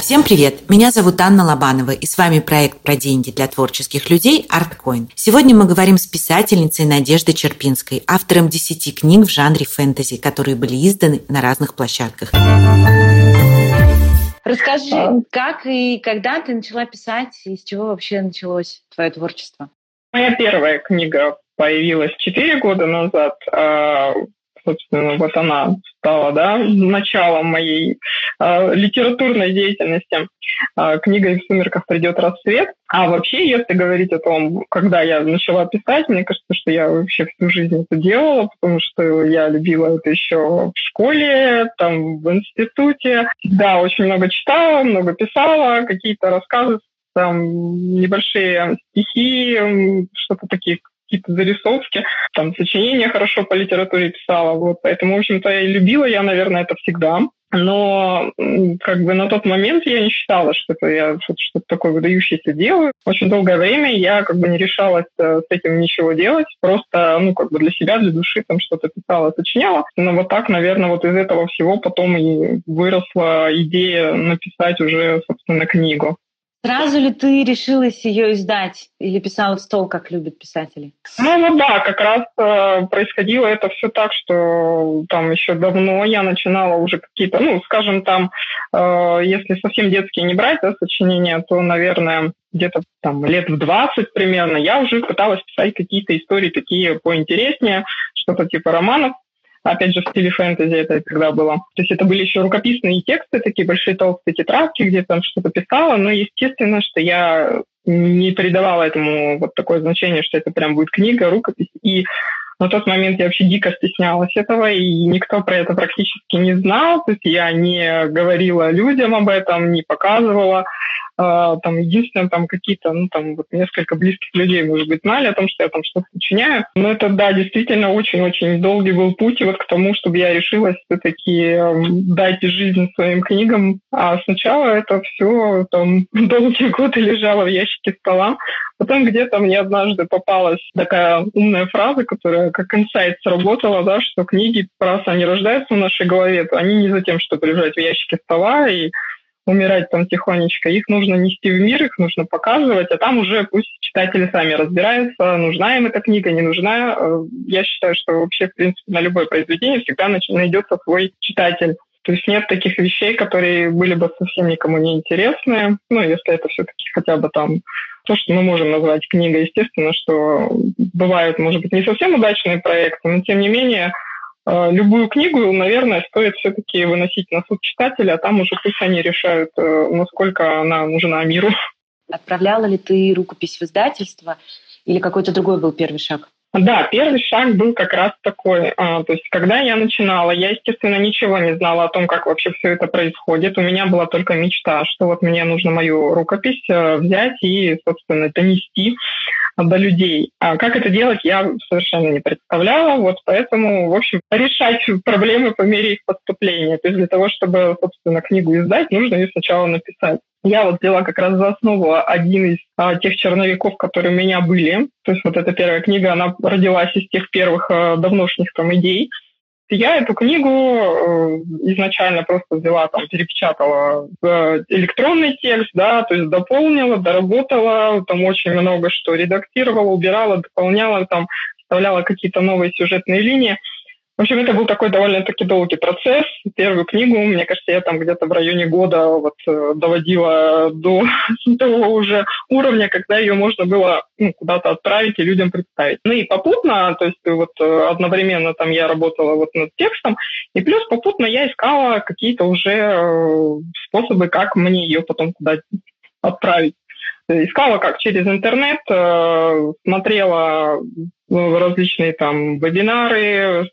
Всем привет! Меня зовут Анна Лобанова, и с вами проект про деньги для творческих людей ArtCoin. Сегодня мы говорим с писательницей Надеждой Черпинской, автором 10 книг в жанре фэнтези, которые были изданы на разных площадках. Расскажи, как и когда ты начала писать, и с чего вообще началось твое творчество? Моя первая книга появилась 4 года назад. Собственно, вот она стала началом моей литературной деятельности. Книга «И в сумерках придет рассвет». А вообще, если говорить о том, когда я начала писать, мне кажется, что я вообще всю жизнь это делала, потому что я любила это еще в школе, там, в институте. Да, очень много читала, много писала, какие-то рассказы, там, небольшие стихи, что-то такие, какие-то зарисовки, там, сочинения хорошо по литературе писала. Вот. Поэтому, в общем-то, я любила я, наверное, это всегда. Но как бы на тот момент я не считала, что это я что-то такое выдающееся делаю. Очень долгое время я как бы не решалась с этим ничего делать. Просто, как бы для себя, для души там что-то писала, сочиняла. Но вот так, наверное, вот из этого всего потом и выросла идея написать уже, собственно, книгу. Сразу ли ты решилась ее издать или писала в стол, как любят писатели? Как раз происходило это все так, что там еще давно я начинала уже какие-то, скажем, там, если совсем детские не брать, сочинения, то, наверное, где-то там лет в 20 примерно я уже пыталась писать какие-то истории такие поинтереснее, что-то типа романов. Опять же, в стиле фэнтези это тогда было. То есть это были еще рукописные тексты, такие большие толстые тетрадки, где там что-то писала. Но естественно, что я не придавала этому вот такое значение, что это прям будет книга, рукопись. И на тот момент я вообще дико стеснялась этого, и никто про это практически не знал. То есть я не говорила людям об этом, не показывала. Там единственное, там какие-то, несколько близких людей, может быть, знали о том, что я там что-то сочиняю. Но это, да, действительно очень-очень долгий был путь вот к тому, чтобы я решилась все-таки дать жизнь своим книгам. А сначала это все там долгие годы лежало в ящике стола. Потом где-то мне однажды попалась такая умная фраза, которая как инсайт сработала, да, что книги, раз они рождаются в нашей голове, то они не за тем, чтобы лежать в ящике стола и умирать там тихонечко. Их нужно нести в мир, их нужно показывать, а там уже пусть читатели сами разбираются, нужна им эта книга, не нужна. Я считаю, что вообще, в принципе, на любое произведение всегда найдется свой читатель. То есть нет таких вещей, которые были бы совсем никому не интересны. Если это все-таки хотя бы там то, что мы можем назвать книгой. Естественно, что бывают, может быть, не совсем удачные проекты, но тем не менее любую книгу, наверное, стоит все-таки выносить на суд читателя, а там уже пусть они решают, насколько она нужна миру. Отправляла ли ты рукопись в издательство или какой-то другой был первый шаг? Да, первый шаг был как раз такой. То есть, когда я начинала, я, естественно, ничего не знала о том, как вообще все это происходит. У меня была только мечта, что вот мне нужно мою рукопись взять и, собственно, донести до людей. А как это делать, я совершенно не представляла. Вот поэтому, в общем, решать проблемы по мере их поступления. То есть для того, чтобы, собственно, книгу издать, нужно ее сначала написать. Я вот взяла как раз за основу один из тех черновиков, которые у меня были. То есть вот эта первая книга, она родилась из тех первых давношних там идей. Я эту книгу изначально просто взяла, там, перепечатала в электронный текст, да, то есть дополнила, доработала, там очень много что редактировала, убирала, дополняла, там, вставляла какие-то новые сюжетные линии. В общем, это был такой довольно-таки долгий процесс. Первую книгу, мне кажется, я там где-то в районе года доводила до того уже уровня, когда ее можно было куда-то отправить и людям представить. И попутно, то есть одновременно там я работала над текстом, и плюс попутно я искала какие-то уже способы, как мне ее потом куда-то отправить. Искала как через интернет, смотрела различные там вебинары,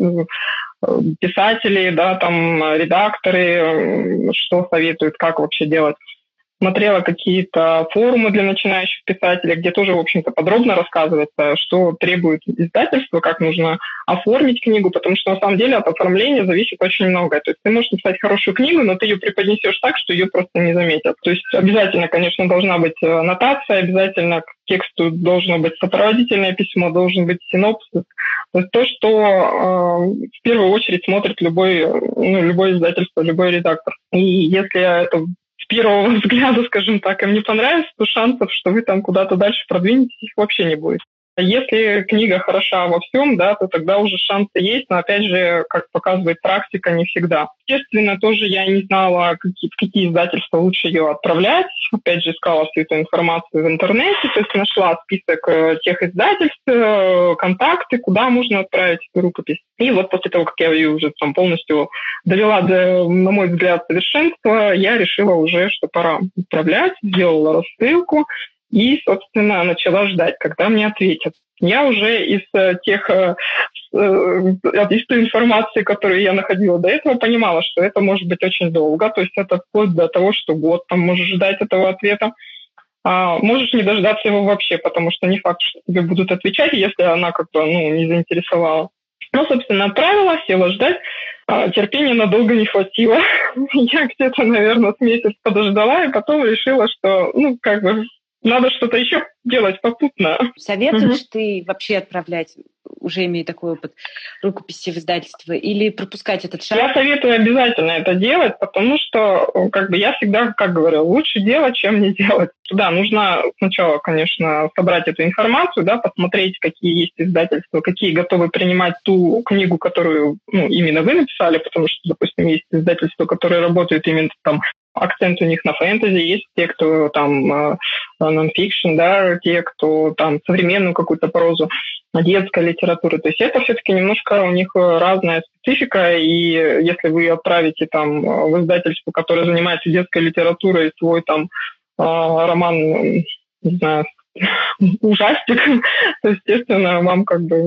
писатели, да, там редакторы, что советуют, как вообще делать. Смотрела какие-то форумы для начинающих писателей, где тоже, в общем-то, подробно рассказывается, что требует издательство, как нужно оформить книгу, потому что, на самом деле, от оформления зависит очень многое. То есть ты можешь написать хорошую книгу, но ты ее преподнесешь так, что ее просто не заметят. То есть обязательно, конечно, должна быть аннотация, обязательно к тексту должно быть сопроводительное письмо, должен быть синопсис. То есть то, что в первую очередь смотрит любое издательство, любой редактор. И если это в первого взгляда, скажем так, им не понравится, то шансов, что вы там куда-то дальше продвинетесь, их вообще не будет. Если книга хороша во всем, да, то тогда уже шансы есть, но опять же, как показывает практика, не всегда. Естественно, тоже я не знала, в какие издательства лучше ее отправлять. Опять же, искала всю эту информацию в интернете, то есть нашла список тех издательств, контакты, куда можно отправить эту рукопись. И вот после того, как я ее уже там полностью довела до, на мой взгляд, совершенства, я решила уже, что пора отправлять, сделала рассылку. И, собственно, начала ждать, когда мне ответят. Я уже из той информации, которую я находила до этого, понимала, что это может быть очень долго. То есть это вплоть до того, что год там можешь ждать этого ответа. А можешь не дождаться его вообще, потому что не факт, что тебе будут отвечать, если она как-то не заинтересовала. Ну, собственно, отправила, села ждать. Терпения надолго не хватило. Я где-то, наверное, с месяц подождала, и потом решила, что, надо что-то еще делать попутно. Советуешь ты вообще отправлять, уже имея такой опыт, рукописи в издательство, или пропускать этот шаг? Я советую обязательно это делать, потому что, я всегда, говорю, лучше делать, чем не делать. Да, нужно сначала, конечно, собрать эту информацию, да, посмотреть, какие есть издательства, какие готовы принимать ту книгу, которую, именно вы написали, потому что, допустим, есть издательства, которые работают именно там, акцент у них на фэнтези, есть те, кто там нон-фикшн, да, те, кто там современную какую-то прозу, детская литература. То есть это все-таки немножко у них разная специфика, и если вы отправите там в издательство, которое занимается детской литературой, свой там роман, не знаю, ужастик, то, естественно, вам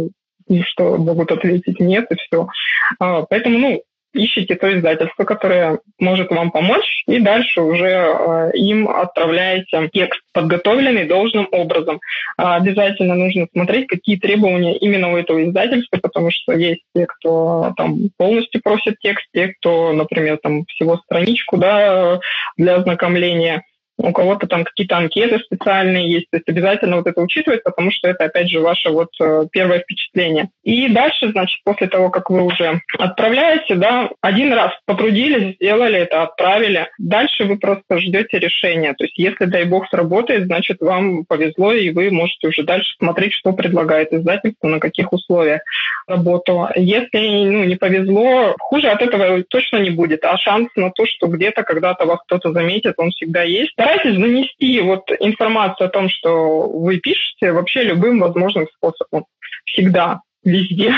что могут ответить нет, и все. Поэтому, ищите то издательство, которое может вам помочь, и дальше уже им отправляете текст, подготовленный должным образом. Обязательно нужно смотреть, какие требования именно у этого издательства, потому что есть те, кто там полностью просит текст, те, кто, например, там всего страничку, да, для ознакомления. У кого-то там какие-то анкеты специальные есть, то есть обязательно это учитывать, потому что это, опять же, ваше первое впечатление. И дальше, значит, после того, как вы уже отправляете, да, один раз потрудились, сделали это, отправили, дальше вы просто ждете решения. То есть если, дай бог, сработает, значит, вам повезло, и вы можете уже дальше смотреть, что предлагает издательство, на каких условиях работу. Если, не повезло, хуже от этого точно не будет, а шанс на то, что где-то, когда-то вас кто-то заметит, он всегда есть. Старайтесь занести информацию о том, что вы пишете, вообще любым возможным способом. Всегда, везде.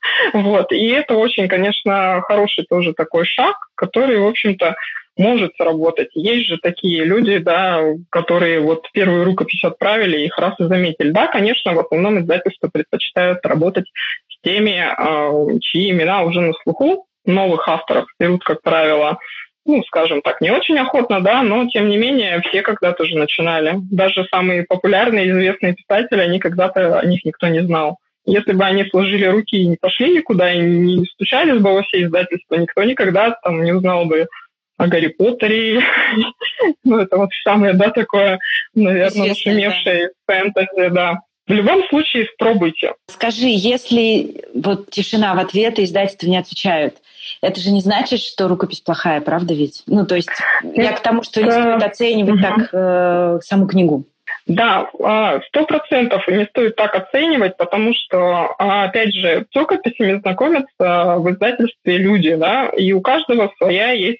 И это очень, конечно, хороший тоже такой шаг, который, в общем-то, может сработать. Есть же такие люди, да, которые первую рукопись отправили, их раз и заметили. Да, конечно, в основном издательства предпочитают работать с теми, чьи имена уже на слуху. Новых авторов берут, как правило, скажем так, не очень охотно, да, но, тем не менее, все когда-то же начинали. Даже самые популярные, известные писатели, они когда-то, о них никто не знал. Если бы они сложили руки и не пошли никуда, и не стучались бы во все издательства, никто никогда там не узнал бы о Гарри Поттере. Это самое, да, такое, наверное, нашумевшее фэнтези, да. В любом случае, пробуйте. Скажи, если тишина в ответ, и издательства не отвечают, это же не значит, что рукопись плохая, правда ведь? То есть я к тому, что не стоит оценивать так саму книгу. Да, 100% не стоит так оценивать, потому что, опять же, с рукописями знакомятся в издательстве люди, да, и у каждого своя есть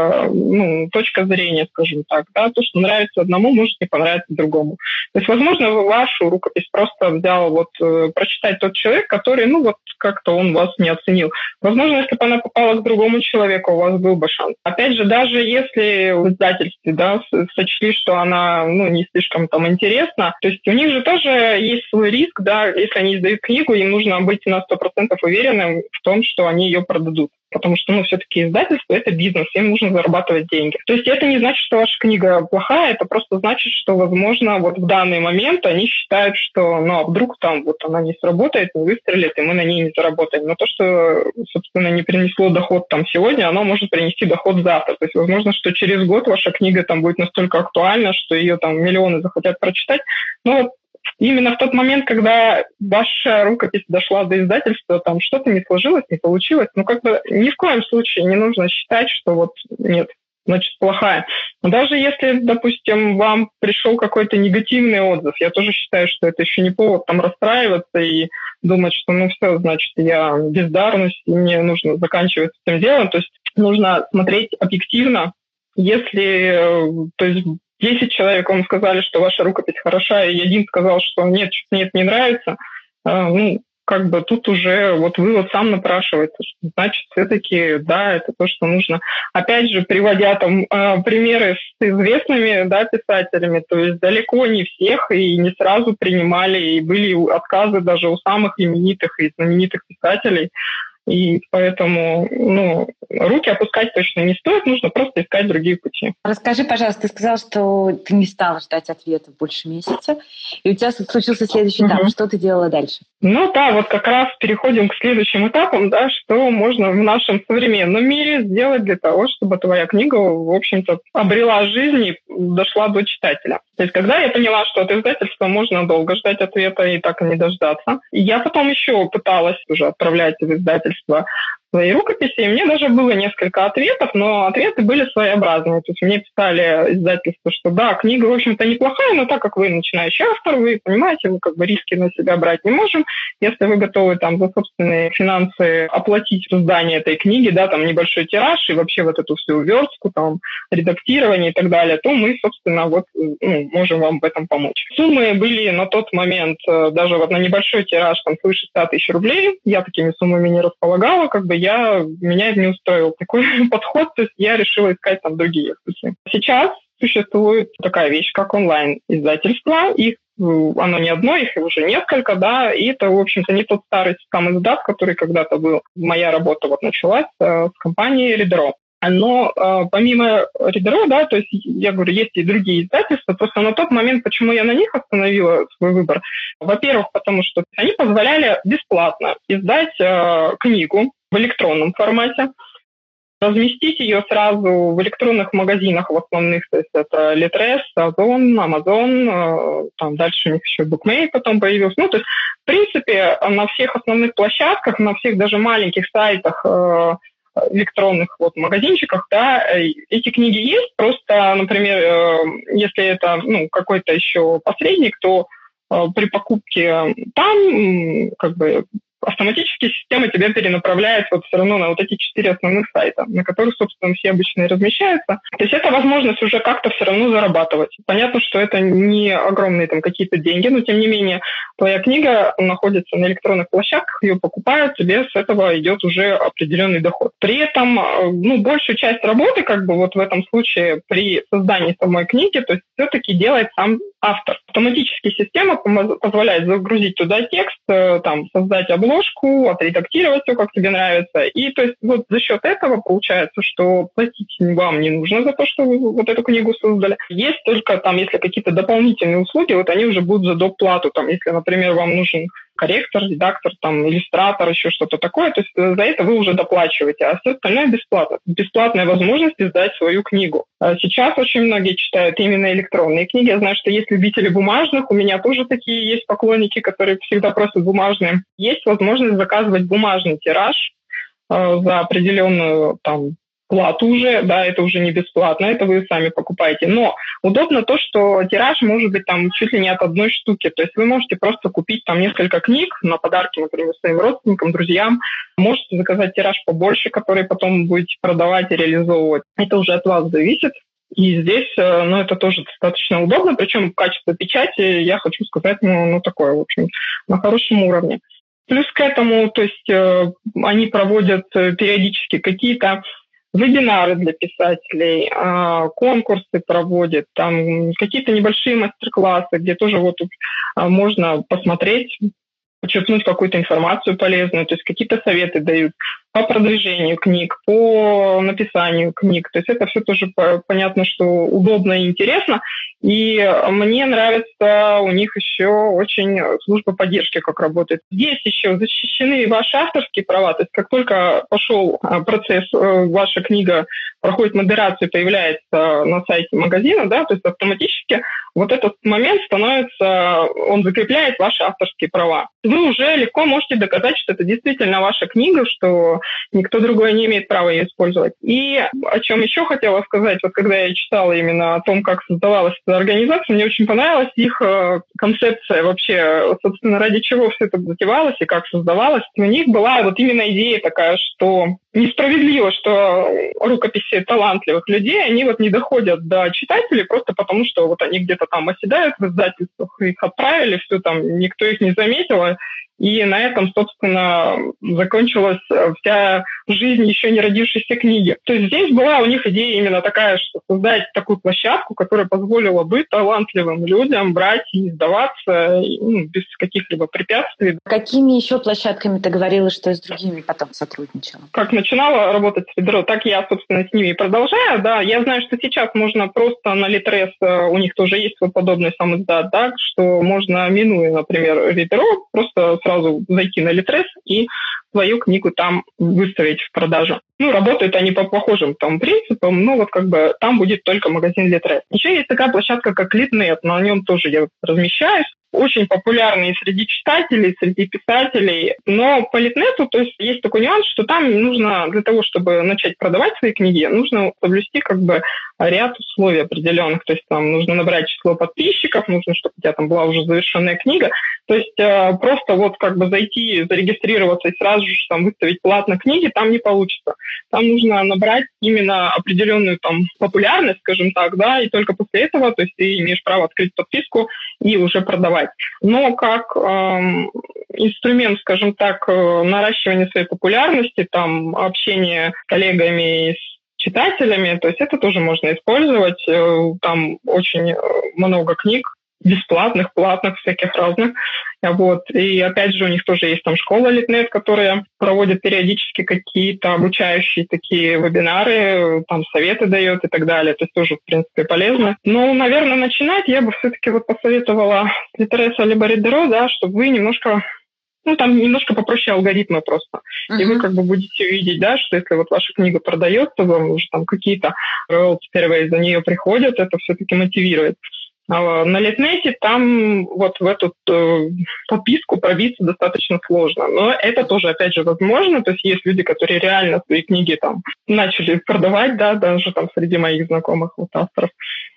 точка зрения, скажем так, да, то, что нравится одному, может не понравиться другому. То есть, возможно, вашу рукопись просто взял прочитать тот человек, который, как-то он вас не оценил. Возможно, если бы она попала к другому человеку, у вас был бы шанс. Опять же, даже если в издательстве, да, сочли, что она, не слишком там интересно, то есть у них же тоже есть свой риск, да, если они издают книгу, им нужно быть на 100% уверенным в том, что они ее продадут. Потому что, все-таки издательство – это бизнес, им нужно зарабатывать деньги. То есть это не значит, что ваша книга плохая, это просто значит, что, возможно, в данный момент они считают, что, а вдруг там она не сработает, не выстрелит, и мы на ней не заработаем. Но то, что, собственно, не принесло доход там сегодня, оно может принести доход завтра. То есть, возможно, что через год ваша книга там будет настолько актуальна, что ее там миллионы захотят прочитать. Именно в тот момент, когда ваша рукопись дошла до издательства, там что-то не сложилось, не получилось, ни в коем случае не нужно считать, что нет, значит плохая. Но даже если, допустим, вам пришел какой-то негативный отзыв, я тоже считаю, что это еще не повод там расстраиваться и думать, что ну все, значит, я бездарность, и мне нужно заканчивать с этим делом. То есть нужно смотреть объективно. Если, то есть 10 человек вам сказали, что ваша рукопись хороша, и один сказал, что нет, не нравится, ну, как бы тут уже вот вывод сам напрашивается, что значит все-таки, да, это то, что нужно. Опять же, приводя там примеры с известными, да, писателями, то есть далеко не всех и не сразу принимали, и были отказы даже у самых именитых и знаменитых писателей. И поэтому, ну, руки опускать точно не стоит, нужно просто искать другие пути. Расскажи, пожалуйста, ты сказала, что ты не стала ждать ответа больше месяца, и у тебя случился следующий этап. Что ты делала дальше? Ну да, вот как раз переходим к следующим этапам, да, что можно в нашем современном мире сделать для того, чтобы твоя книга, в общем-то, обрела жизнь и дошла до читателя. То есть когда я поняла, что от издательства можно долго ждать ответа и так и не дождаться, я потом еще пыталась уже отправлять в издательство свои рукописи, и мне даже было несколько ответов, но ответы были своеобразные. То есть мне писали издательство, что да, книга, в общем-то, неплохая, но так как вы начинающий автор, вы понимаете, мы как бы риски на себя брать не можем. Если вы готовы там за собственные финансы оплатить создание этой книги, да, там небольшой тираж и вообще вот эту всю верстку, там, редактирование и так далее, то мы, собственно, вот, ну, можем вам в этом помочь. Суммы были на тот момент даже вот на небольшой тираж, там, свыше 100 тысяч рублей. Я такими суммами не располагала, как бы меня это не устроил такой подход, то есть я решила искать там другие пути. Сейчас существует такая вещь, как онлайн-издательство, их оно не одно, их уже несколько, да, и это, в общем-то, не тот старый сам издат, который когда-то был. Моя работа вот началась с компанией Reader.ro. Но помимо Reader.ro, да, то есть, я говорю, есть и другие издательства, просто на тот момент, почему я на них остановила свой выбор, во-первых, потому что они позволяли бесплатно издать книгу в электронном формате, разместить ее сразу в электронных магазинах в основных, то есть это Litres, Озон, Amazon, там дальше у них еще Bookmate потом появился. Ну, то есть, в принципе, на всех основных площадках, на всех даже маленьких сайтах, электронных вот магазинчиках, да, эти книги есть. Просто, например, если это какой-то еще посредник, то при покупке там как бы автоматически система тебя перенаправляет вот все равно на вот эти 4 основных сайта, на которых, собственно, все обычно и размещаются. То есть это возможность уже как-то все равно зарабатывать. Понятно, что это не огромные там какие-то деньги, но тем не менее твоя книга находится на электронных площадках, ее покупают, тебе с этого идет уже определенный доход. При этом, большую часть работы как бы вот в этом случае при создании самой книги, то есть все-таки делает сам автор. Автоматически система позволяет загрузить туда текст, там, создать обложку, отредактировать все, как тебе нравится. И то есть вот за счет этого получается, что платить вам не нужно за то, что вы вот эту книгу создали. Есть только там, если какие-то дополнительные услуги, вот они уже будут за доплату. Там, если, например, вам нужен корректор, редактор, там, иллюстратор, еще что-то такое, то есть за это вы уже доплачиваете, а все остальное бесплатно. Бесплатная возможность издать свою книгу. Сейчас очень многие читают именно электронные книги. Я знаю, что есть любители бумажных, у меня тоже такие есть поклонники, которые всегда просят бумажные. Есть возможность заказывать бумажный тираж за определенную там плату уже, да, это уже не бесплатно, это вы сами покупаете. Но удобно то, что тираж может быть там чуть ли не от одной штуки. То есть вы можете просто купить там несколько книг на подарки, например, своим родственникам, друзьям. Можете заказать тираж побольше, который потом будете продавать и реализовывать. Это уже от вас зависит. И здесь, это тоже достаточно удобно. Причем качество печати, я хочу сказать, такое, в общем, на хорошем уровне. Плюс к этому, то есть они проводят периодически какие-то вебинары для писателей, конкурсы проводят, там какие-то небольшие мастер-классы, где тоже можно посмотреть, почерпнуть какую-то информацию полезную, то есть какие-то советы дают по продвижению книг, по написанию книг. То есть это все тоже понятно, что удобно и интересно. И мне нравится у них еще очень служба поддержки, как работает. Здесь еще защищены ваши авторские права. То есть как только пошел процесс, ваша книга проходит модерацию, появляется на сайте магазина, да, то есть автоматически вот этот момент он закрепляет ваши авторские права. Вы уже легко можете доказать, что это действительно ваша книга, что никто другой не имеет права ее использовать. И о чем еще хотела сказать, вот когда я читала именно о том, как создавалась эта организация, мне очень понравилась их концепция вообще, собственно, ради чего все это затевалось и как создавалось. У них была вот именно идея такая, что несправедливо, что рукописи талантливых людей, они вот не доходят до читателей просто потому, что вот они где-то там оседают в издательствах, их отправили, все там, никто их не заметил, и на этом, собственно, закончилась вся жизнь еще не родившейся книги. То есть здесь была у них идея именно такая, что создать такую площадку, которая позволила бы талантливым людям брать и издаваться без каких-либо препятствий. Какими еще площадками ты говорила, что и с другими потом сотрудничала? Как начинала работать с Ридеро, так я, собственно, с ними и продолжаю. Да, я знаю, что сейчас можно просто на Литрес, у них тоже есть вот подобный сам издат, да, что можно, минуя, например, Ридеро, просто сразу зайти на Литрес и свою книгу там выставить в продажу. Работают они по похожим там принципам, но вот как бы там будет только магазин Литрес. Еще есть такая площадка, как Литнет, на нем тоже я размещаюсь. Очень популярный среди читателей, среди писателей. Но по Литнету, то есть такой нюанс, что там нужно, для того, чтобы начать продавать свои книги, нужно соблюсти как бы ряд условий определенных. То есть там нужно набрать число подписчиков, нужно, чтобы у тебя там была уже завершенная книга. То есть просто вот как бы зайти, зарегистрироваться и сразу же там выставить платно книги там не получится. Там нужно набрать именно определенную там популярность, скажем так, да, и только после этого, то есть ты имеешь право открыть подписку и уже продавать. Но как инструмент, скажем так, наращивания своей популярности, там, общения с коллегами и с читателями, то есть это тоже можно использовать. Там очень много книг, бесплатных, платных, всяких разных. Вот. И опять же у них тоже есть там школа Литнет, которая проводит периодически какие-то обучающие такие вебинары, там советы дает и так далее. То есть тоже, в принципе, полезно. Но, наверное, начинать я бы все-таки вот посоветовала с Литреса либо Ридеро, да, чтобы вы немножко там немножко попроще алгоритмы просто. И вы как бы будете видеть, да, что если вот ваша книга продается, вам уже там какие-то роялти первые за нее приходят, это все-таки мотивирует. На Литнете там вот в эту подписку пробиться достаточно сложно. Но это тоже, опять же, возможно. То есть есть люди, которые реально свои книги там начали продавать, да, даже там среди моих знакомых вот авторов.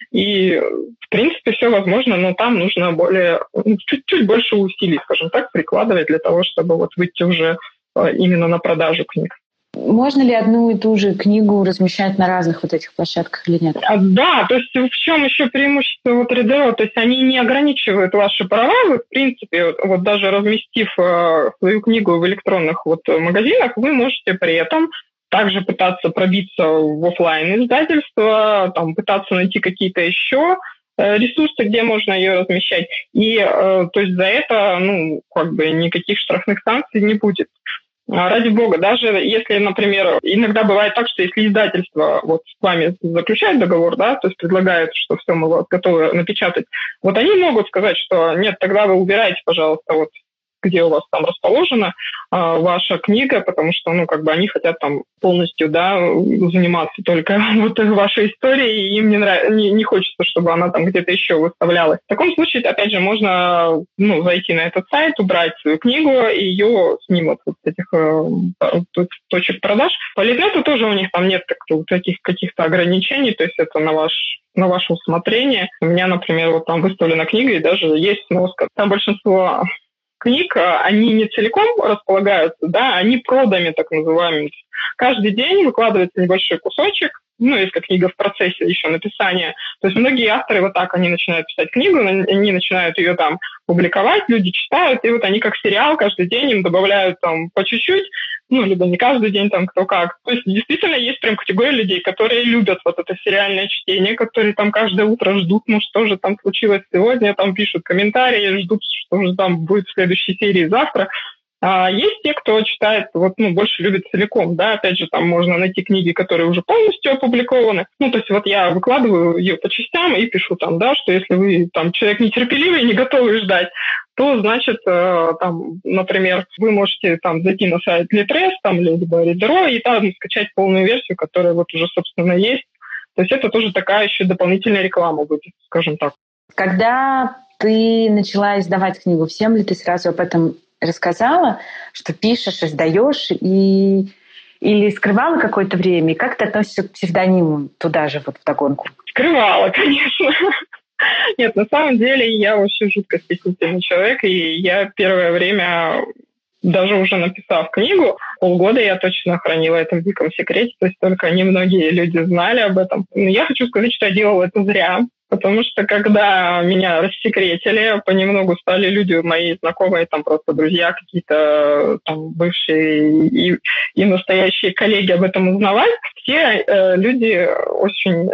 И, в принципе, все возможно, но там нужно чуть-чуть больше усилий, скажем так, прикладывать для того, чтобы вот выйти уже именно на продажу книг. Можно ли одну и ту же книгу размещать на разных вот этих площадках или нет? Да, то есть в чем еще преимущество вот Ридеро? То есть они не ограничивают ваши права. Вы, в принципе, вот даже разместив свою книгу в электронных вот магазинах, вы можете при этом также пытаться пробиться в офлайн издательство, там, пытаться найти какие-то еще ресурсы, где можно ее размещать. И то есть за это, как бы никаких штрафных санкций не будет. Ради бога, даже если, например, иногда бывает так, что если издательство вот с вами заключает договор, да, то есть предлагает, что все, мы вот готовы напечатать, вот они могут сказать, что нет, тогда вы убираете, пожалуйста, вот где у вас там расположена ваша книга, потому что, как бы они хотят там полностью, да, заниматься только вот вашей историей, и им не хочется, чтобы она там где-то еще выставлялась. В таком случае, опять же, можно, зайти на этот сайт, убрать свою книгу, и ее снимут вот с этих точек продаж. По Литнету тоже у них там нет таких каких-то ограничений, то есть это на ваше усмотрение. У меня, например, вот там выставлена книга, и даже есть сноска. Там большинство книг, они не целиком располагаются, да, они продами, так называемыми. Каждый день выкладывается небольшой кусочек, если книга в процессе еще написания. То есть многие авторы вот так, они начинают писать книгу, они начинают ее там публиковать, люди читают, и вот они как сериал каждый день им добавляют там по чуть-чуть, либо не каждый день там кто как. То есть действительно есть прям категория людей, которые любят вот это сериальное чтение, которые там каждое утро ждут, что же там случилось сегодня, там пишут комментарии, ждут, что же там будет в следующей серии завтра. А есть те, кто читает, больше любит целиком, да, опять же, там можно найти книги, которые уже полностью опубликованы. То есть вот я выкладываю ее по частям и пишу там, да, что если вы там человек нетерпеливый, не готовый ждать, то, значит, там, например, вы можете там зайти на сайт Литрес, там, либо Ридеро, и там скачать полную версию, которая вот уже, собственно, есть. То есть это тоже такая еще дополнительная реклама будет, скажем так. Когда ты начала издавать книгу, всем ли ты сразу об этом рассказала, что пишешь, издаешь, и Или скрывала какое-то время? И как ты относишься к псевдониму туда же, вот вдогонку? Скрывала, конечно. Нет, на самом деле я вообще жутко стеснительный человек, и я первое время, даже уже написав книгу, полгода я точно хранила это в диком секрете, то есть только немногие люди знали об этом. Но я хочу сказать, что я делала это зря, потому что когда меня рассекретили, понемногу стали люди, мои знакомые, там просто друзья, какие-то там бывшие и настоящие коллеги об этом узнавать, все люди очень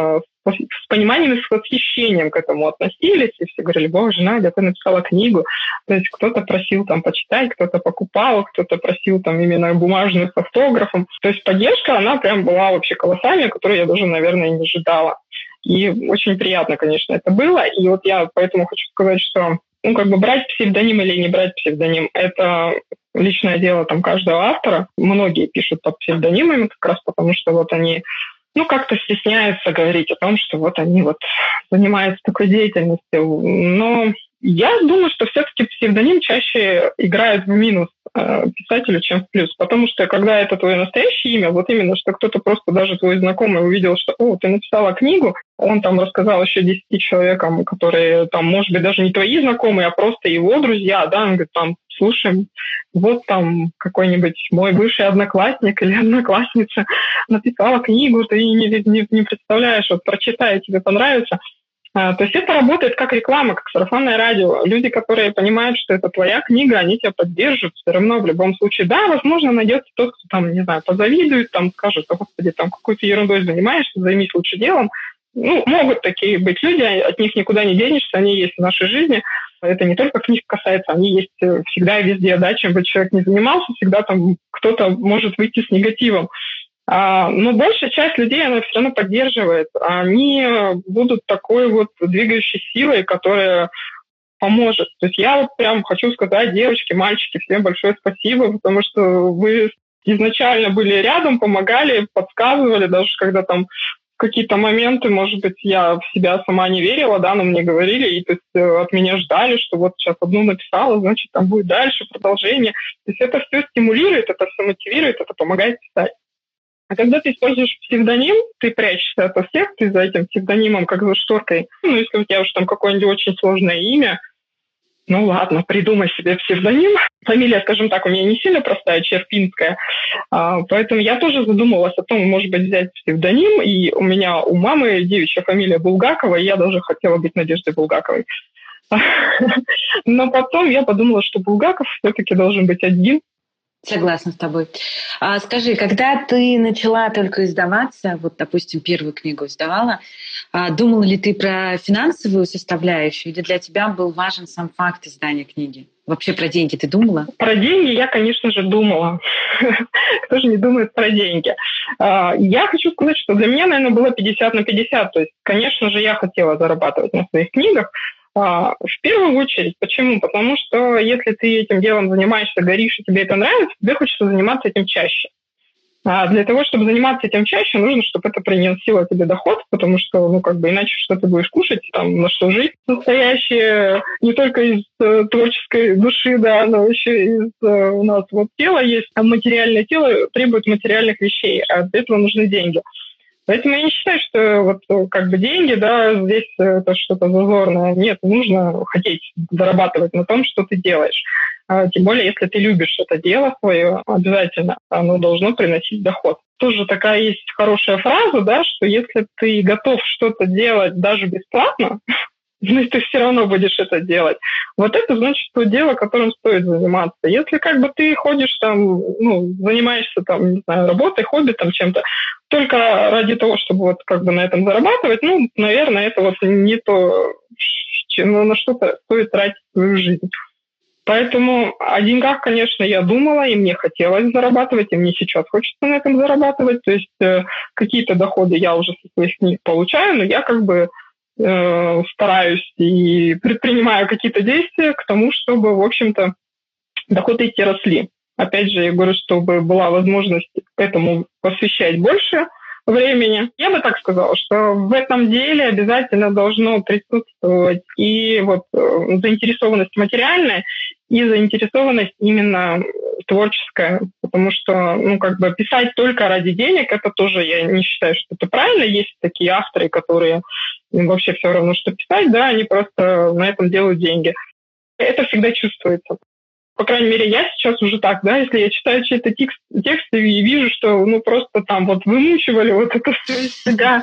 с пониманием и с восхищением к этому относились, и все говорили: боже, Надя, ты написала книгу. То есть кто-то просил там почитать, кто-то покупал, кто-то просил там именно бумажную с автографом. То есть поддержка, она прям была вообще колоссальная, которую я даже, наверное, не ожидала. И очень приятно, конечно, это было. И вот я поэтому хочу сказать, что брать псевдоним или не брать псевдоним, это личное дело там каждого автора. Многие пишут под псевдонимами как раз потому, что вот они как-то стесняются говорить о том, что вот они вот занимаются такой деятельностью. Но я думаю, что все-таки псевдоним чаще играет в минус писателю, чем в плюс. Потому что когда это твое настоящее имя, вот именно, что кто-то просто даже твой знакомый увидел, что ты написала книгу, он там рассказал еще 10 человекам, которые там, может быть, даже не твои знакомые, а просто его друзья, да, он говорит, там, слушай, вот там какой-нибудь мой бывший одноклассник или одноклассница написала книгу, ты не представляешь, вот прочитай, тебе понравится. То есть это работает как реклама, как сарафанное радио. Люди, которые понимают, что это твоя книга, они тебя поддержат все равно в любом случае. Да, возможно, найдется тот, кто там, не знаю, позавидует, там скажет: господи, там какой-то ерундой занимаешься, займись лучше делом. Могут такие быть люди, от них никуда не денешься, они есть в нашей жизни. Это не только книг касается, они есть всегда и везде. Да? Чем бы человек ни занимался, всегда там кто-то может выйти с негативом. Но большая часть людей, она все равно поддерживает. Они будут такой вот двигающей силой, которая поможет. То есть я вот прям хочу сказать: девочки, мальчики, всем большое спасибо, потому что вы изначально были рядом, помогали, подсказывали, даже когда там в какие-то моменты, может быть, я в себя сама не верила, да, но мне говорили, и то есть от меня ждали, что вот сейчас одну написала, значит, там будет дальше продолжение. То есть это все стимулирует, это все мотивирует, это помогает писать. А когда ты используешь псевдоним, ты прячешься ото всех, ты за этим псевдонимом, как за шторкой. Если у тебя уж там какое-нибудь очень сложное имя, ладно, придумай себе псевдоним. Фамилия, скажем так, у меня не сильно простая, Черпинская, поэтому я тоже задумалась о том, может быть, взять псевдоним, и у мамы девичья фамилия Булгакова, и я даже хотела быть Надеждой Булгаковой. Но потом я подумала, что Булгаков все-таки должен быть один. Согласна с тобой. Скажи, когда ты начала только издаваться, вот, допустим, первую книгу издавала, думала ли ты про финансовую составляющую, или для тебя был важен сам факт издания книги? Вообще про деньги ты думала? Про деньги я, конечно же, думала. Кто же не думает про деньги? Я хочу сказать, что для меня, наверное, было 50 на 50. То есть, конечно же, я хотела зарабатывать на своих книгах. В первую очередь. Почему? Потому что если ты этим делом занимаешься, горишь, и тебе это нравится, тебе хочется заниматься этим чаще. А для того, чтобы заниматься этим чаще, нужно, чтобы это приносило тебе доход, потому что, иначе что ты будешь кушать, там, на что жить. Настоящее не только из творческой души, да, но еще из у нас вот тело есть, а материальное тело требует материальных вещей, а для этого нужны деньги. Поэтому я не считаю, что деньги, да, здесь это что-то зазорное. Нет, нужно хотеть зарабатывать на том, что ты делаешь. Тем более, если ты любишь это дело свое, обязательно оно должно приносить доход. Тоже такая есть хорошая фраза, да, что если ты готов что-то делать даже бесплатно, ты все равно будешь это делать. Вот это значит то дело, которым стоит заниматься. Если ты ходишь там, занимаешься там, не знаю, работой, хобби, там чем-то, только ради того, чтобы на этом зарабатывать, наверное, это не то, на что-то стоит тратить свою жизнь. Поэтому о деньгах, конечно, я думала, и мне хотелось зарабатывать, и мне сейчас хочется на этом зарабатывать. То есть какие-то доходы я уже со своих книг получаю, но я стараюсь и предпринимаю какие-то действия к тому, чтобы, в общем-то, доходы эти росли. Опять же, я говорю, чтобы была возможность этому посвящать больше времени. Я бы так сказала, что в этом деле обязательно должно присутствовать и вот заинтересованность материальная, и заинтересованность именно творческая, потому что, писать только ради денег, это тоже, я не считаю, что это правильно. Есть такие авторы, которые им вообще все равно, что писать, да, они просто на этом делают деньги. Это всегда чувствуется. По крайней мере, я сейчас уже так, да, если я читаю чей-то текст и вижу, что, просто там вот вымучивали вот это все из себя,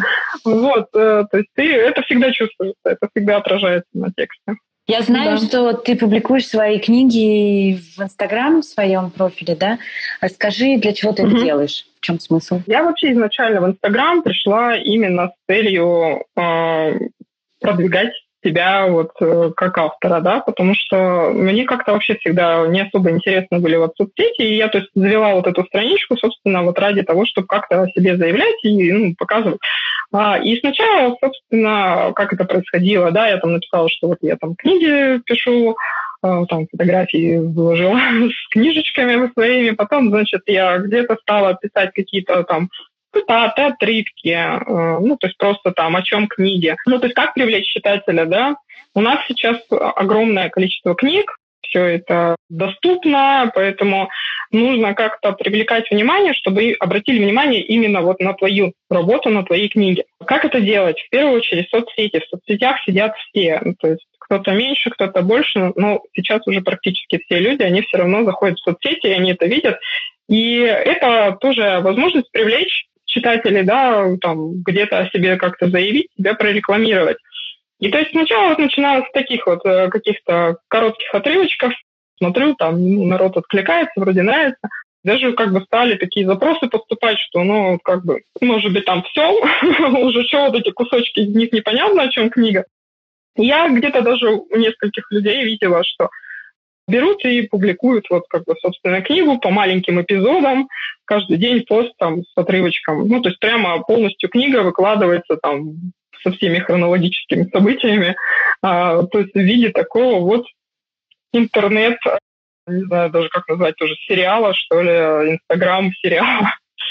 то есть это всегда чувствуется, это всегда отражается на тексте. Я знаю, что ты публикуешь свои книги в Инстаграм, в своем профиле, да? Расскажи, для чего ты это делаешь? В чем смысл? Я вообще изначально в Инстаграм пришла именно с целью продвигать себя вот как автора, да, потому что мне как-то вообще всегда не особо интересны были вот соцсети, и я, то есть, завела вот эту страничку, собственно, вот ради того, чтобы как-то о себе заявлять и показывать. И сначала, собственно, как это происходило, да, я там написала, что вот я там книги пишу, там фотографии выложила с книжечками своими, потом, значит, я где-то стала писать какие-то там цитаты, отрывки, то есть просто там о чем книги. То есть как привлечь читателя, да? У нас сейчас огромное количество книг, все это доступно, поэтому нужно как-то привлекать внимание, чтобы обратили внимание именно вот на твою работу, на твои книги. Как это делать? В первую очередь соцсети. В соцсетях сидят все, то есть кто-то меньше, кто-то больше, но сейчас уже практически все люди, они все равно заходят в соцсети, и они это видят. И это тоже возможность привлечь читателей, да, там где-то о себе как-то заявить, себя прорекламировать. И то есть сначала вот начиналось с таких вот каких-то коротких отрывочков, смотрю, там народ откликается, вроде нравится. Даже стали такие запросы поступать, что, может быть, там все, уже что вот эти кусочки, из них непонятно, о чем книга. Я где-то даже у нескольких людей видела, что берут и публикуют собственно, книгу по маленьким эпизодам, каждый день пост там с отрывочком. То есть прямо полностью книга выкладывается там со всеми хронологическими событиями. То есть в виде такого вот интернет, не знаю даже как назвать, тоже сериала, что ли, Инстаграм-сериала.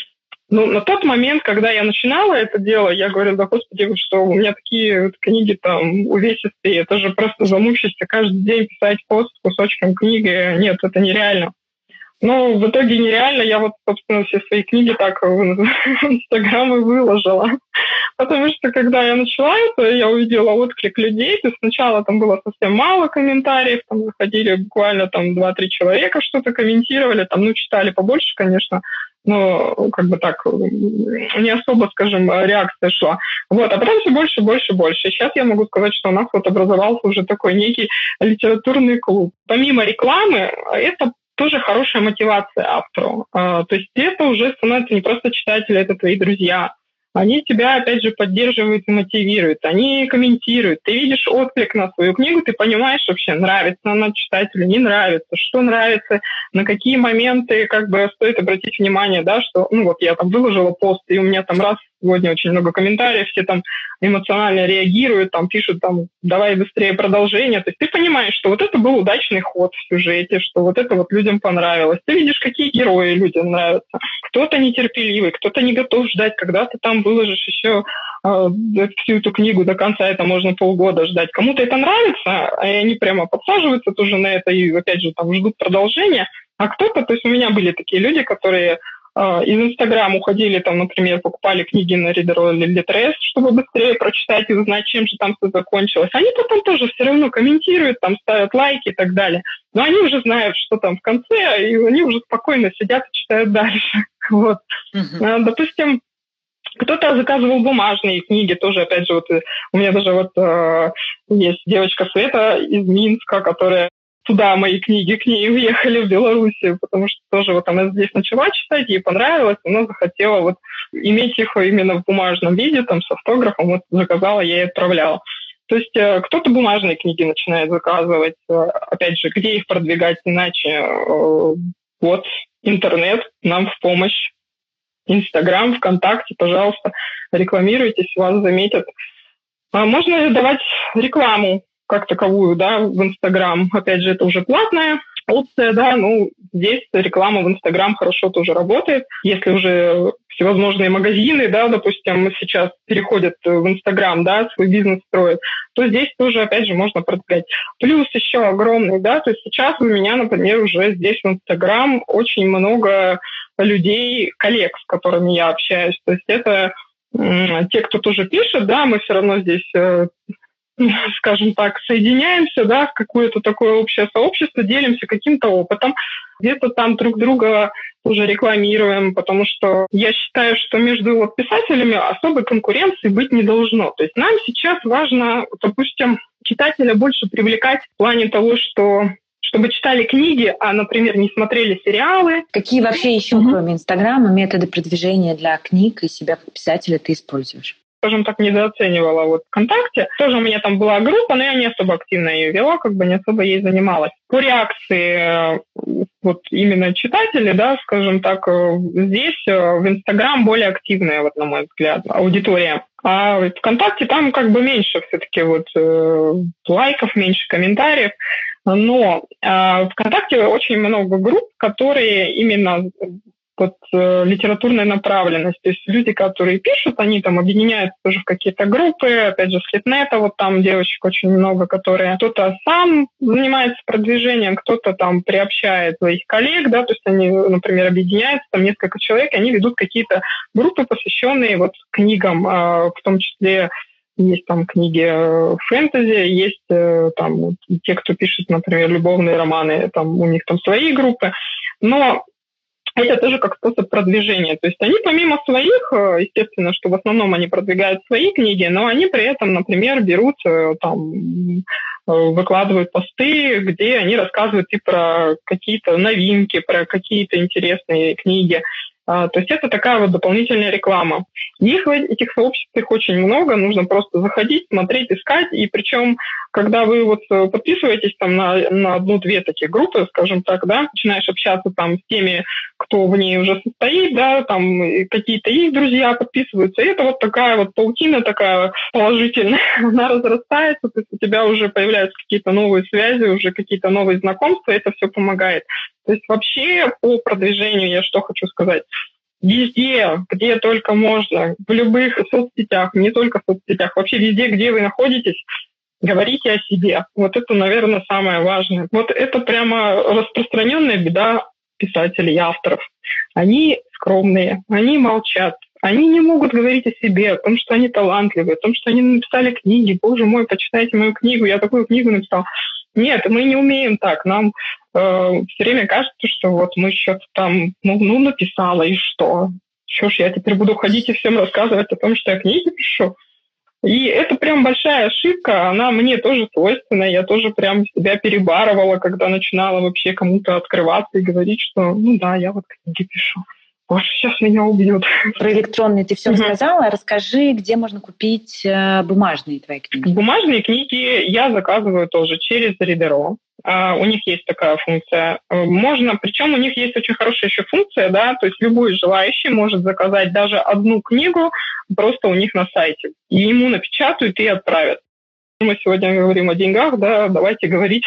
На тот момент, когда я начинала это дело, я говорила, да господи, что у меня такие книги там увесистые, это же просто замучишься каждый день писать пост с кусочком книги. Нет, это нереально. Но в итоге нереально. Я собственно, все свои книги так в Инстаграм и выложила. Потому что, когда я начала это, я увидела отклик людей. То есть сначала там было совсем мало комментариев, там заходили буквально там 2-3 человека, что-то комментировали, там, читали побольше, конечно, но не особо, скажем, реакция шла. А потом все больше, больше, больше. И сейчас я могу сказать, что у нас образовался уже такой некий литературный клуб. Помимо рекламы, это тоже хорошая мотивация автору. То есть это уже становится не просто читатели, это твои друзья. Они тебя, опять же, поддерживают и мотивируют. Они комментируют. Ты видишь отклик на свою книгу, ты понимаешь вообще, нравится она читателю, не нравится, что нравится, на какие моменты стоит обратить внимание, да, что, я там выложила пост, и у меня там сегодня очень много комментариев, все там эмоционально реагируют, там пишут, там, давай быстрее продолжение. То есть ты понимаешь, что вот это был удачный ход в сюжете, что вот это людям понравилось. Ты видишь, какие герои людям нравятся. Кто-то нетерпеливый, кто-то не готов ждать, когда ты там выложишь еще всю эту книгу до конца, это можно полгода ждать. Кому-то это нравится, и они прямо подсаживаются тоже на это и, опять же, там ждут продолжения. А кто-то, то есть у меня были такие люди, которые из Инстаграма уходили, там, например, покупали книги на Reader или Litres, чтобы быстрее прочитать и узнать, чем же там все закончилось. Они потом тоже все равно комментируют, там, ставят лайки и так далее. Но они уже знают, что там в конце, и они уже спокойно сидят и читают дальше. Допустим, кто-то заказывал бумажные книги, тоже, опять же, у меня даже есть девочка Света из Минска, которая туда мои книги к ней уехали в Белоруссию, потому что тоже она здесь начала читать, ей понравилось, она захотела иметь их именно в бумажном виде, там, с автографом, заказала, я ей отправляла. То есть кто-то бумажные книги начинает заказывать, опять же, где их продвигать иначе? Интернет нам в помощь. Инстаграм, ВКонтакте, пожалуйста, рекламируйтесь, вас заметят. Можно давать рекламу как таковую, да, в Инстаграм. Опять же, это уже платная опция, да, здесь реклама в Инстаграм хорошо тоже работает. Если уже всевозможные магазины, да, допустим, сейчас переходят в Инстаграм, да, свой бизнес строят, то здесь тоже, опять же, можно продвигать. Плюс еще огромный, да, то есть сейчас у меня, например, уже здесь в Инстаграм очень много людей, коллег, с которыми я общаюсь. То есть это те, кто тоже пишет, да, мы все равно здесь, скажем так, соединяемся, да, в какое-то такое общее сообщество, делимся каким-то опытом, где-то там друг друга уже рекламируем, потому что я считаю, что между писателями особой конкуренции быть не должно. То есть нам сейчас важно, допустим, читателя больше привлекать в плане того, что чтобы читали книги, а, например, не смотрели сериалы. Какие вообще еще, кроме Инстаграма, методы продвижения для книг и себя как писателя ты используешь? Скажем так, недооценивала вот ВКонтакте. Тоже у меня там была группа, но я не особо активно ее вела, как бы не особо ей занималась. По реакции вот именно читателей, да, скажем так, здесь в Инстаграм более активная, вот на мой взгляд, аудитория. А в ВКонтакте там как бы меньше все-таки вот лайков, меньше комментариев. Но в ВКонтакте очень много групп, которые именно вот литературной направленности. То есть люди, которые пишут, они там объединяются тоже в какие-то группы, опять же, с Литнета, вот там девочек очень много, которые кто-то сам занимается продвижением, кто-то там приобщает своих коллег, да, то есть они, например, объединяются, там несколько человек, и они ведут какие-то группы, посвященные вот книгам, в том числе есть там книги фэнтези, есть там вот, те, кто пишет, например, любовные романы, там у них там свои группы, но это тоже как способ продвижения. То есть они помимо своих, естественно, что в основном они продвигают свои книги, но они при этом, например, берут, там, выкладывают посты, где они рассказывают и про какие-то новинки, про какие-то интересные книги. То есть это такая вот дополнительная реклама. Их в этих сообществах очень много, нужно просто заходить, смотреть, искать, и причем, когда вы вот подписываетесь там на одну-две такие группы, скажем так, да, начинаешь общаться там с теми, кто в ней уже состоит, да, там какие-то их друзья подписываются, и это вот такая вот паутина такая положительная, она разрастается, то есть у тебя уже появляются какие-то новые связи, уже какие-то новые знакомства, это все помогает. То есть вообще по продвижению я что хочу сказать. Везде, где только можно, в любых соцсетях, не только в соцсетях, вообще везде, где вы находитесь, говорите о себе. Вот это, наверное, самое важное. Вот это прямо распространенная беда писателей и авторов. Они скромные, они молчат. Они не могут говорить о себе, о том, что они талантливые, о том, что они написали книги. Боже мой, почитайте мою книгу, я такую книгу написал. Нет, мы не умеем так. Нам все время кажется, что вот мы что-то там, написала, и что? Что ж, я теперь буду ходить и всем рассказывать о том, что я книги пишу? И это прям большая ошибка, она мне тоже свойственна, я тоже прям себя перебарывала, когда начинала вообще кому-то открываться и говорить, что, я вот книги пишу. Боже, сейчас меня убьют. Про электронные ты все рассказала. Расскажи, где можно купить бумажные твои книги. Бумажные книги я заказываю тоже через Reader.ro. У них есть такая функция. Можно, причем у них есть очень хорошая еще функция, да, то есть любой желающий может заказать даже одну книгу просто у них на сайте. И ему напечатают и отправят. Мы сегодня говорим о деньгах, да, давайте говорить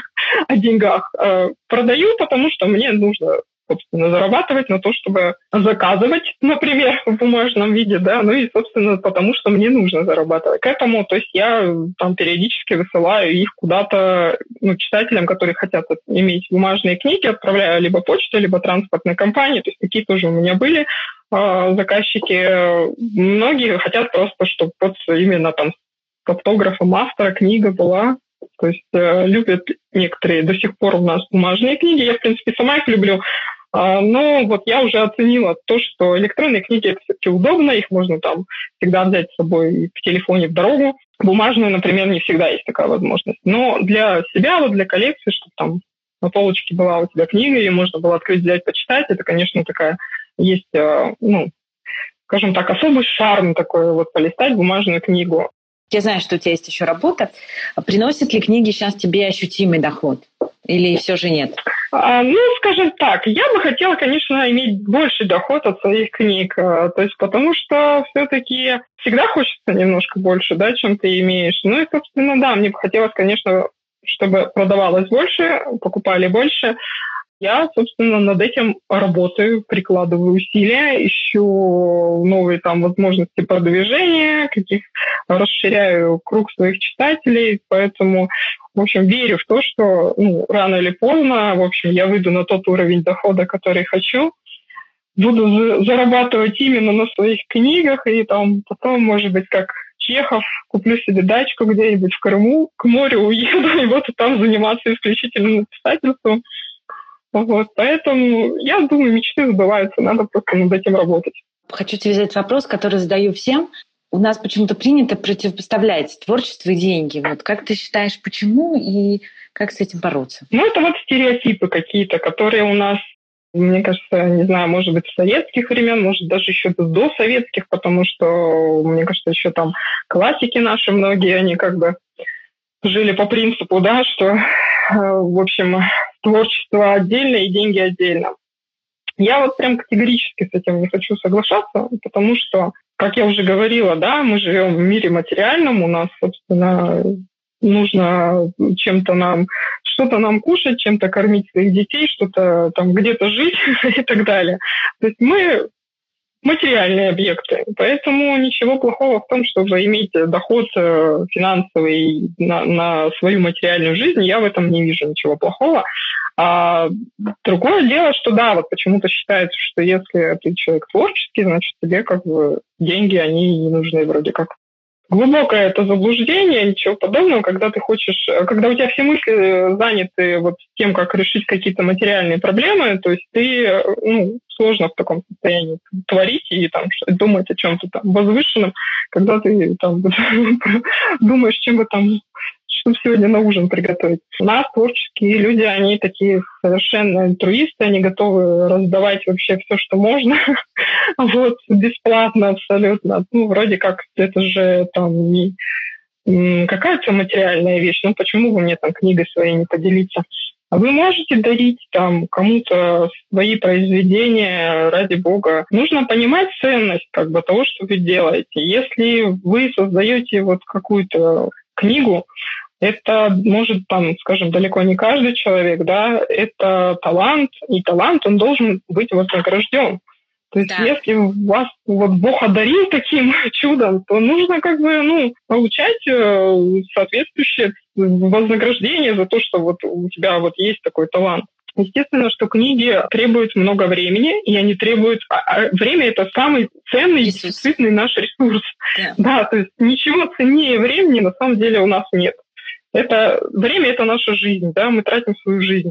о деньгах. Продаю, потому что мне нужно, собственно, зарабатывать на то, чтобы заказывать, например, в бумажном виде, да, и, собственно, потому что мне нужно зарабатывать. К этому, то есть я там периодически высылаю их куда-то, читателям, которые хотят иметь бумажные книги, отправляю либо почтой, либо транспортной компании, то есть такие тоже у меня были заказчики. Многие хотят просто, чтобы вот именно там с автографом автора книга была. То есть любят некоторые до сих пор у нас бумажные книги. Я, в принципе, сама их люблю. Но вот я уже оценила то, что электронные книги это все-таки удобно, их можно там всегда взять с собой в телефоне в дорогу. Бумажные, например, не всегда есть такая возможность. Но для себя, вот для коллекции, чтобы там на полочке была у тебя книга, ее можно было открыть, взять, почитать, это, конечно, такая есть, скажем так, особый шарм такой, вот полистать бумажную книгу. Я знаю, что у тебя есть еще работа. Приносят ли книги сейчас тебе ощутимый доход? Или все же нет? Скажем так, я бы хотела, конечно, иметь больший доход от своих книг. То есть потому что все-таки всегда хочется немножко больше, да, чем ты имеешь. И, собственно, да, мне бы хотелось, конечно, чтобы продавалось больше, покупали больше. Я, собственно, над этим работаю, прикладываю усилия, ищу новые там возможности продвижения, расширяю круг своих читателей, поэтому, в общем, верю в то, что рано или поздно, в общем, я выйду на тот уровень дохода, который хочу, буду зарабатывать именно на своих книгах, и там потом, может быть, как Чехов, куплю себе дачку где-нибудь в Крыму, к морю уеду и буду там заниматься исключительно писательством. Вот, поэтому, я думаю, мечты сбываются, надо просто над этим работать. Хочу тебе задать вопрос, который задаю всем. У нас почему-то принято противопоставлять творчество и деньги. Вот как ты считаешь, почему и как с этим бороться? Это вот стереотипы какие-то, которые у нас, мне кажется, не знаю, может быть, с советских времен, может, даже еще до советских, потому что, мне кажется, еще там классики наши многие, они как бы жили по принципу, да, что, в общем, творчество отдельно и деньги отдельно. Я вот прям категорически с этим не хочу соглашаться, потому что, как я уже говорила, да, мы живем в мире материальном, у нас, собственно, нужно что-то нам кушать, чем-то кормить своих детей, что-то там где-то жить и так далее. То есть мы материальные объекты, поэтому ничего плохого в том, чтобы иметь доход финансовый на свою материальную жизнь, я в этом не вижу ничего плохого. А другое дело, что да, вот почему-то считается, что если ты человек творческий, значит тебе как бы деньги, они не нужны вроде как. Глубокое это заблуждение, ничего подобного, когда у тебя все мысли заняты вот тем, как решить какие-то материальные проблемы, то есть ты, сложно в таком состоянии творить и там думать о чем-то там возвышенном, когда ты там думаешь, чем бы там, что сегодня на ужин приготовить. У нас творческие люди, они такие совершенно альтруисты, они готовы раздавать вообще все, что можно, вот, бесплатно абсолютно. Вроде как это же там не какая-то материальная вещь, почему бы мне там книгой своей не поделиться? А вы можете дарить там кому-то свои произведения, ради бога. Нужно понимать ценность как бы того, что вы делаете. Если вы создаете вот какую-то книгу, это может там, скажем, далеко не каждый человек, да, это талант, и талант, он должен быть вознагражден. То есть если вас вот Бог одарил таким чудом, то нужно как бы, получать соответствующее вознаграждение за то, что вот у тебя вот есть такой талант. Естественно, что книги требуют много времени, и они требуют... время — это самый ценный и дефицитный наш ресурс. Да, то есть ничего ценнее времени на самом деле у нас нет. Время — это наша жизнь, да, мы тратим свою жизнь.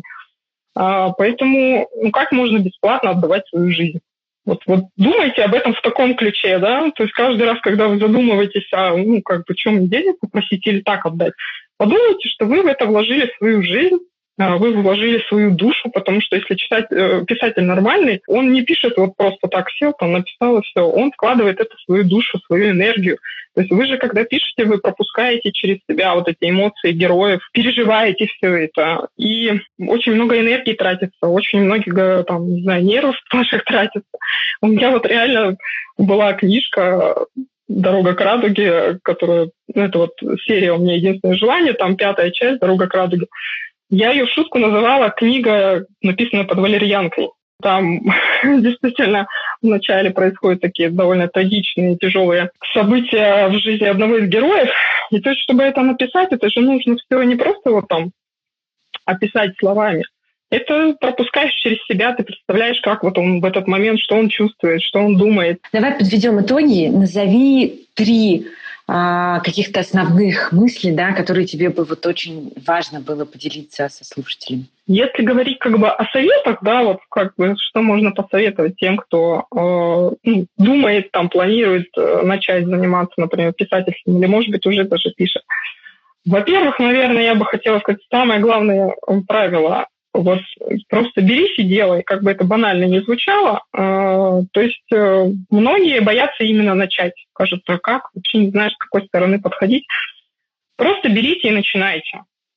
Поэтому как можно бесплатно отдавать свою жизнь? Вот думайте об этом в таком ключе, да, то есть каждый раз, когда вы задумываетесь чем мне денег попросить или так отдать, подумайте, что вы в это вложили свою жизнь, вы вложили свою душу, потому что если писатель нормальный, он не пишет вот просто так сел, там написал и все, он вкладывает это в свою душу, свою энергию. То есть вы же, когда пишете, вы пропускаете через себя вот эти эмоции героев, переживаете все это, и очень много энергии тратится, очень много там, не знаю, нервов ваших тратится. У меня вот реально была книжка «Дорога к радуге», которая, это вот серия «У меня единственное желание», там 5-я часть «Дорога к радуге». Я ее в шутку называла книга, написанная под валерьянкой. Там действительно вначале происходят такие довольно трагичные, тяжелые события в жизни одного из героев. И то есть, чтобы это написать, это же нужно все не просто вот там описать словами. Это пропускаешь через себя, ты представляешь, как вот он в этот момент, что он чувствует, что он думает. Давай подведем итоги. Назови 3 каких-то основных мыслей, да, которые тебе бы вот очень важно было поделиться со слушателями. Если говорить как бы о советах, да, вот как бы что можно посоветовать тем, кто думает, там, планирует начать заниматься, например, писательством, или, может быть, уже даже пишет. Во-первых, наверное, я бы хотела сказать самое главное правило. Вот просто берись и делай, как бы это банально не звучало. То есть многие боятся именно начать. Кажется, как? Вообще не знаешь, с какой стороны подходить. Просто берите и начинайте.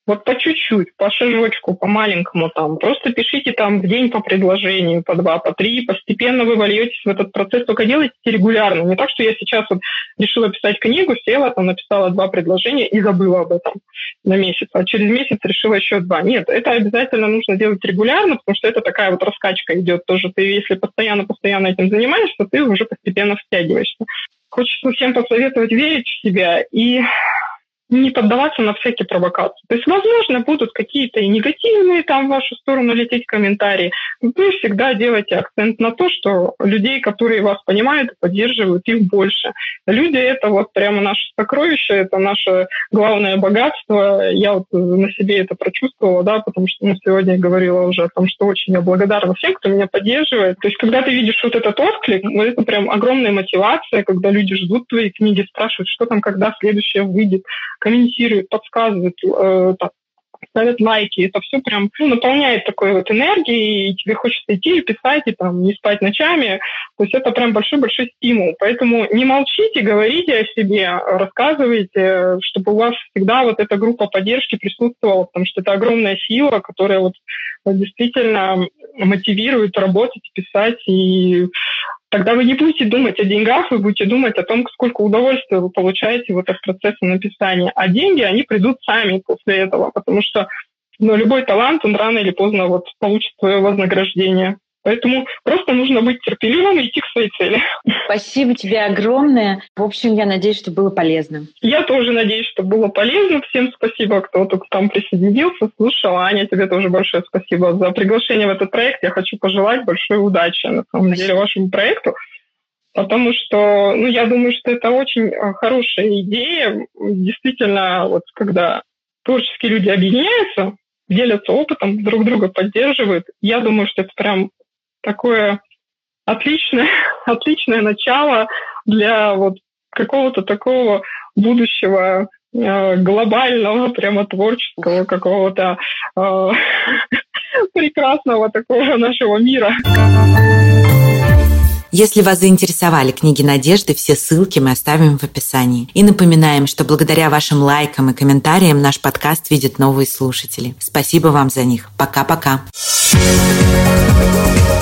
Вот по чуть-чуть, по шажочку, по маленькому там. Просто пишите там в день по предложению, по 2, по 3. Постепенно вы вольетесь в этот процесс. Только делайте это регулярно. Не так, что я сейчас вот решила писать книгу, села, там написала 2 предложения и забыла об этом на месяц. А через месяц решила еще 2. Нет, это обязательно нужно делать регулярно, потому что это такая вот раскачка идет тоже. Ты, если постоянно этим занимаешься, ты уже постепенно втягиваешься. Хочется всем посоветовать верить в себя и не поддаваться на всякие провокации. То есть, возможно, будут какие-то и негативные там в вашу сторону лететь комментарии. Вы всегда делаете акцент на то, что людей, которые вас понимают и поддерживают, их больше. Люди — это вот прямо наше сокровище, это наше главное богатство. Я вот на себе это прочувствовала, да, потому что сегодня я говорила уже о том, что очень я благодарна всем, кто меня поддерживает. То есть, когда ты видишь вот этот отклик, это прям огромная мотивация, когда люди ждут твои книги, спрашивают, что там, когда следующее выйдет, комментируют, подсказывают, ставят лайки. Это все прям наполняет такой вот энергией, и тебе хочется идти и писать, и там не спать ночами. То есть это прям большой-большой стимул. Поэтому не молчите, говорите о себе, рассказывайте, чтобы у вас всегда вот эта группа поддержки присутствовала, потому что это огромная сила, которая вот действительно мотивирует работать, писать, и тогда вы не будете думать о деньгах, вы будете думать о том, сколько удовольствия вы получаете вот от процесса написания. А деньги, они придут сами после этого, потому что любой талант, он рано или поздно вот получит свое вознаграждение. Поэтому просто нужно быть терпеливым и идти к своей цели. Спасибо тебе огромное. В общем, я надеюсь, что было полезно. Я тоже надеюсь, что было полезно. Всем спасибо, кто только там присоединился, слушал. Аня, тебе тоже большое спасибо за приглашение в этот проект. Я хочу пожелать большой удачи, на самом деле, вашему проекту. Потому что, я думаю, что это очень хорошая идея. Действительно, вот когда творческие люди объединяются, делятся опытом, друг друга поддерживают, я думаю, что это прям такое отличное начало для вот какого-то такого будущего глобального, прямо творческого какого-то прекрасного такого нашего мира. Если вас заинтересовали книги Надежды, все ссылки мы оставим в описании. И напоминаем, что благодаря вашим лайкам и комментариям наш подкаст видят новые слушатели. Спасибо вам за них. Пока-пока.